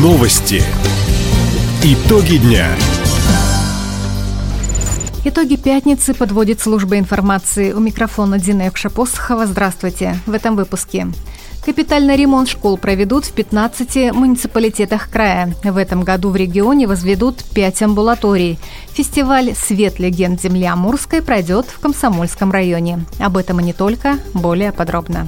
Новости. Итоги дня. Итоги пятницы подводит служба информации. У микрофона Дина Якшапосхова. Здравствуйте. В этом выпуске. Капитальный ремонт школ проведут в 15 муниципалитетах края. В этом году в регионе возведут 5 амбулаторий. Фестиваль «Свет легенд земли Амурской» пройдет в Комсомольском районе. Об этом и не только, более подробно.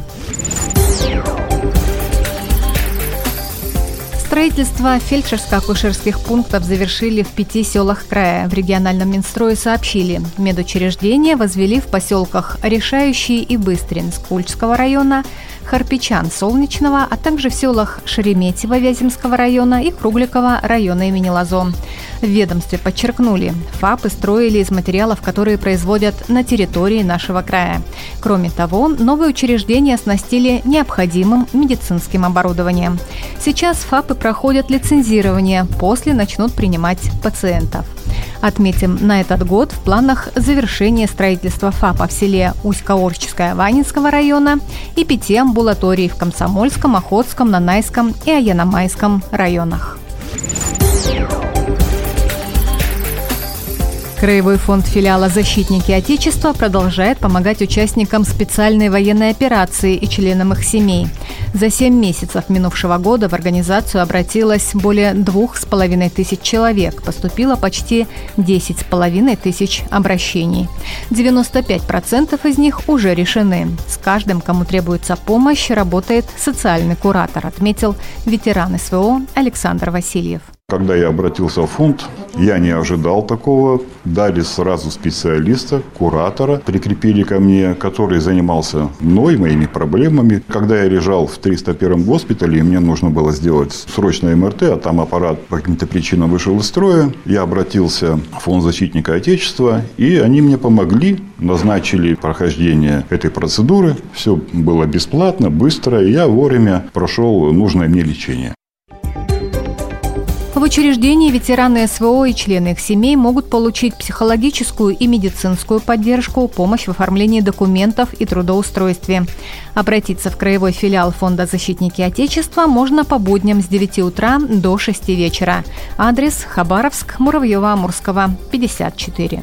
Строительство фельдшерско-акушерских пунктов завершили в 5 селах края. В региональном Минстрое сообщили, медучреждения возвели в поселках Решающий и Быстрин Скульчского района, Харпичан Солнечного, а также в селах Шереметьево Вяземского района и Кругликово района имени Лазо. В ведомстве подчеркнули, ФАПы строили из материалов, которые производят на территории нашего края. Кроме того, новые учреждения оснастили необходимым медицинским оборудованием. Сейчас ФАПы проходят лицензирование, после начнут принимать пациентов. Отметим, на этот год в планах завершение строительства ФАПа в селе Усть-Каорчское Ванинского района и 5 амбулаторий в Комсомольском, Охотском, Нанайском и Аяномайском районах. Краевой фонд филиала «Защитники Отечества» продолжает помогать участникам специальной военной операции и членам их семей. За 7 месяцев минувшего года в организацию обратилось более 2500 человек, поступило почти 10 500 обращений. 95% из них уже решены. С каждым, кому требуется помощь, работает социальный куратор, отметил ветеран СВО Александр Васильев. Когда я обратился в фонд, я не ожидал такого. Дали сразу специалиста, куратора, прикрепили ко мне, который занимался мной, моими проблемами. Когда я лежал в 301-м госпитале, мне нужно было сделать срочное МРТ, а там аппарат по каким-то причинам вышел из строя. Я обратился в фонд «Защитника Отечества», и они мне помогли, назначили прохождение этой процедуры. Все было бесплатно, быстро, и я вовремя прошел нужное мне лечение. В учреждении ветераны СВО и члены их семей могут получить психологическую и медицинскую поддержку, помощь в оформлении документов и трудоустройстве. Обратиться в краевой филиал фонда «Защитники Отечества» можно по будням с 9 утра до 6 вечера. Адрес: Хабаровск, Муравьева-Амурского, 54.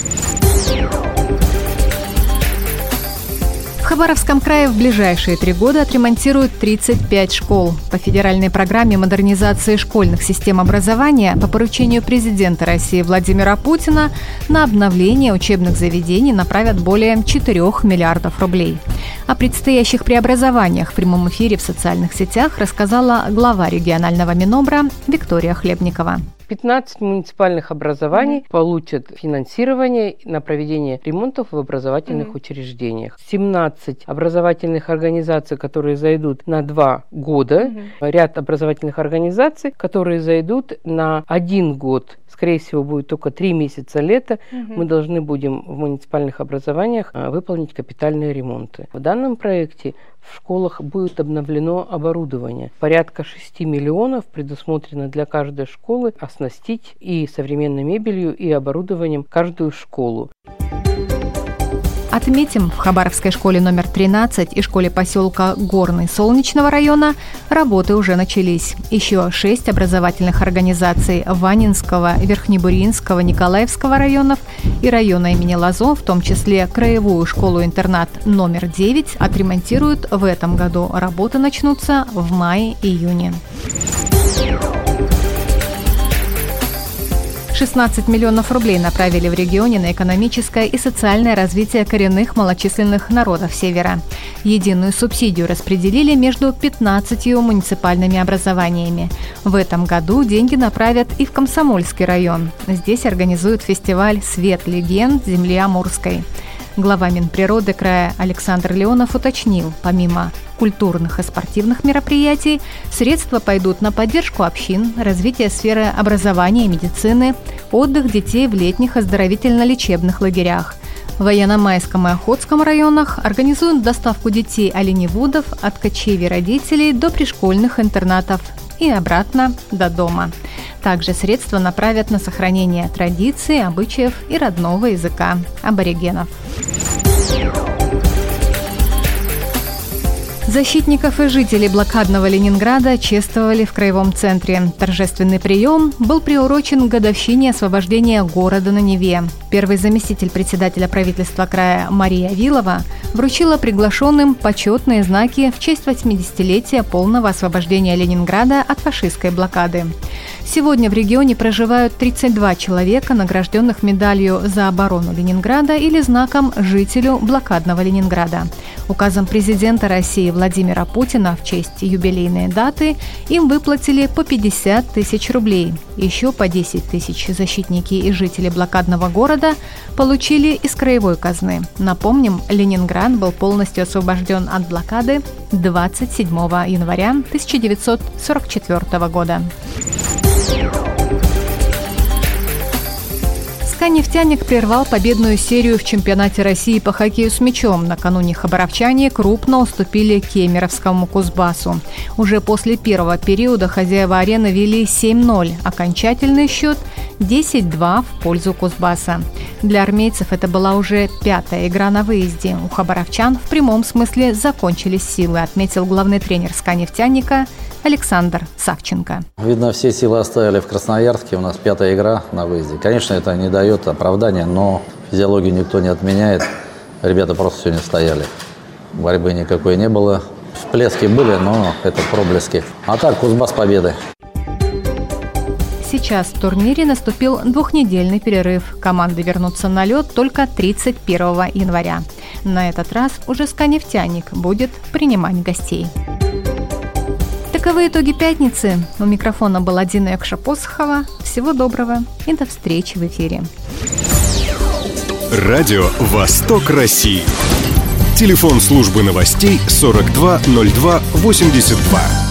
В Хабаровском крае в ближайшие 3 года отремонтируют 35 школ. По федеральной программе модернизации школьных систем образования по поручению президента России Владимира Путина на обновление учебных заведений направят более 4 миллиардов рублей. О предстоящих преобразованиях в прямом эфире в социальных сетях рассказала глава регионального Минобра Виктория Хлебникова. 15 муниципальных образований получат финансирование на проведение ремонтов в образовательных учреждениях. 17 образовательных организаций, которые зайдут на 2 года. Ряд образовательных организаций, которые зайдут на 1 год. Скорее всего, будет только 3 месяца лета. Мы должны будем в муниципальных образованиях выполнить капитальные ремонты. В данном проекте в школах будет обновлено оборудование. Порядка 6 миллионов предусмотрено для каждой школы оснастить и современной мебелью, и оборудованием каждую школу. Отметим, в Хабаровской школе номер 13 и школе поселка Горный Солнечного района работы уже начались. Еще 6 образовательных организаций Ванинского, Верхнебуринского, Николаевского районов и района имени Лазо, в том числе краевую школу-интернат номер 9, отремонтируют в этом году. Работы начнутся в мае-июне. 16 миллионов рублей направили в регионе на экономическое и социальное развитие коренных малочисленных народов Севера. Единую субсидию распределили между 15 муниципальными образованиями. В этом году деньги направят и в Комсомольский район. Здесь организуют фестиваль «Свет легенд земли Амурской». Глава Минприроды края Александр Леонов уточнил, помимо культурных и спортивных мероприятий, средства пойдут на поддержку общин, развитие сферы образования и медицины, отдых детей в летних оздоровительно-лечебных лагерях. В Аяномайском и Охотском районах организуют доставку детей оленеводов от кочевий родителей до пришкольных интернатов и обратно до дома. Также средства направят на сохранение традиций, обычаев и родного языка аборигенов. Защитников и жителей блокадного Ленинграда чествовали в Краевом центре. Торжественный прием был приурочен к годовщине освобождения города на Неве. Первый заместитель председателя правительства края Мария Вилова вручила приглашенным почетные знаки в честь 80-летия полного освобождения Ленинграда от фашистской блокады. Сегодня в регионе проживают 32 человека, награжденных медалью за оборону Ленинграда или знаком «Жителю блокадного Ленинграда». Указом президента России Владимира Путина в честь юбилейной даты им выплатили по 50 тысяч рублей. Еще по 10 тысяч защитники и жители блокадного города получили из краевой казны. Напомним, Ленинград был полностью освобожден от блокады 27 января 1944 года. «Нефтяник» прервал победную серию в чемпионате России по хоккею с мячом. Накануне хабаровчане крупно уступили кемеровскому «Кузбассу». Уже после первого периода хозяева арены вели 7-0. Окончательный счет 10-2 в пользу «Кузбасса». Для армейцев это была уже 5-я игра на выезде. У хабаровчан в прямом смысле закончились силы, отметил главный тренер «Нефтяника» Александр Савченко. Видно, все силы оставили в Красноярске. У нас 5-я игра на выезде. Конечно, это не дает оправдания, но физиологию никто не отменяет. Ребята просто сегодня стояли. Борьбы никакой не было. Всплески были, но это проблески. А так, Кузбасс победы. Сейчас в турнире наступил двухнедельный перерыв. Команды вернутся на лед только 31 января. На этот раз уже «Нефтяник» будет принимать гостей. Таковы итоги пятницы. У микрофона была Дина Якша-Посохова. Всего доброго и до встречи в эфире. Радио «Восток России». Телефон службы новостей 42 02 82.